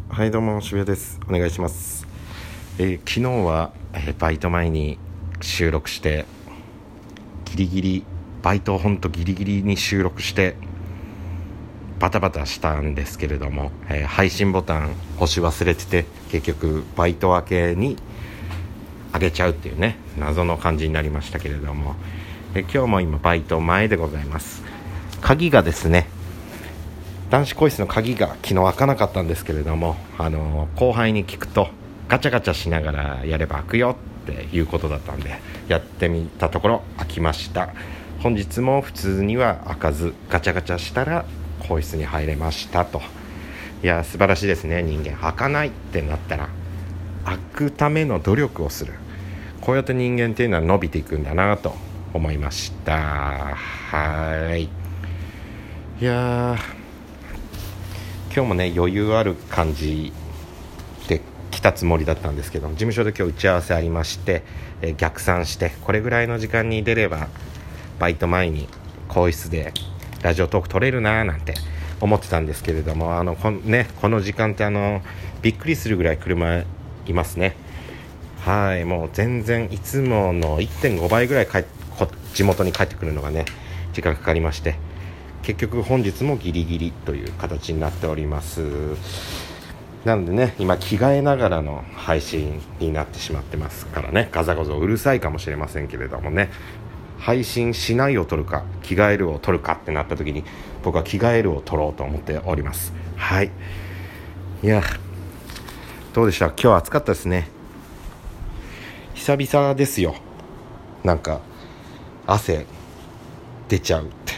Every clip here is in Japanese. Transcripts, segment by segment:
はいどうも渋谷です。お願いします。昨日は、バイト前に収録してギリギリバイトほんとギリギリに収録してバタバタしたんですけれども、配信ボタン押し忘れてて結局バイト明けに上げちゃうっていうね謎の感じになりましたけれども、今日も今バイト前でございます。鍵がですね、男子更衣室の鍵が昨日開かなかったんですけれども、後輩に聞くとガチャガチャしながらやれば開くよっていうことだったんでやってみたところ開きました。本日も普通には開かずガチャガチャしたら更衣室に入れましたと。いや素晴らしいですね。人間開かないってなったら開くための努力をする、こうやって人間っていうのは伸びていくんだなと思いました。はい、いや今日もね余裕ある感じで来たつもりだったんですけど、事務所で今日打ち合わせありまして、逆算してこれぐらいの時間に出ればバイト前に更衣室でラジオトーク撮れるななんて思ってたんですけれども、この時間ってびっくりするぐらい車いますね。はい、もう全然いつもの 1.5 倍ぐらい地元に帰ってくるのがね時間かかりまして、結局本日もギリギリという形になっております。なのでね今着替えながらの配信になってしまってますからね、ガザガザうるさいかもしれませんけれどもね、配信しないを取るか着替えるを取るかってなった時に僕は着替えるを取ろうと思っております。はい、いやどうでした？今日は暑かったですね。久々ですよ。なんか汗出ちゃうって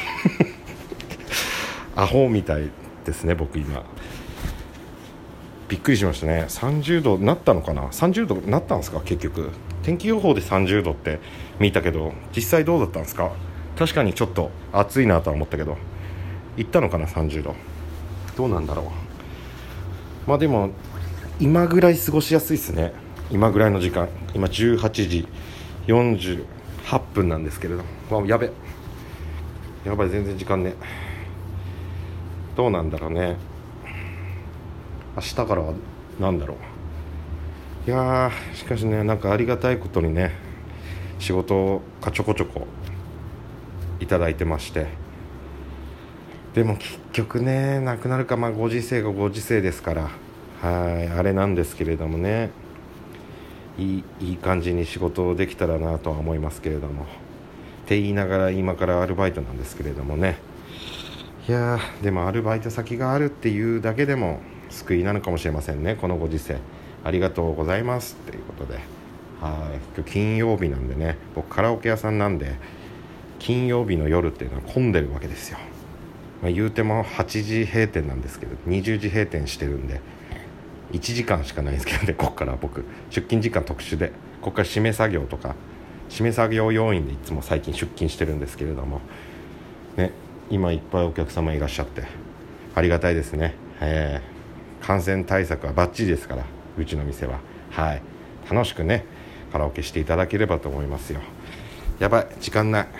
アホみたいですね。僕今びっくりしましたね。30度なったのかな。30度なったんですか。結局天気予報で30度って見たけど実際どうだったんですか。確かにちょっと暑いなとは思ったけど行ったのかな。30度どうなんだろう。まあでも今ぐらい過ごしやすいですね。今ぐらいの時間、今18時48分なんですけれど、やばい全然時間ね。どうなんだろうね。明日からはなんだろう。いやしかしね、なんかありがたいことにね仕事がちょこちょこいただいてまして、でも結局ねなくなるか、ご時世がご時世ですから、はいあれなんですけれどもね、いい感じに仕事できたらなとは思いますけれども、って言いながら今からアルバイトなんですけれどもね、いやでもアルバイト先があるっていうだけでも救いなのかもしれませんね。このご時世ありがとうございますということで、今日金曜日なんでね、僕カラオケ屋さんなんで金曜日の夜っていうのは混んでるわけですよ。言うても8時閉店なんですけど20時閉店してるんで1時間しかないんですけどね。こっから僕出勤時間特殊で、こっから締め作業とか締め作業要員でいつも最近出勤してるんですけれどもね、今いっぱいお客様いらっしゃってありがたいですね。感染対策はバッチリですからうちの店は、楽しくねカラオケしていただければと思いますよ。やばい時間ない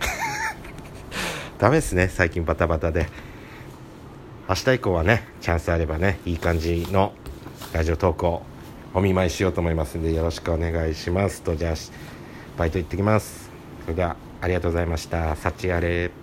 ダメですね最近バタバタで。明日以降はねチャンスあればねいい感じのラジオトークをお見舞いしようと思いますのでよろしくお願いしますと。じゃあバイト行ってきます。それではありがとうございました。幸あれ。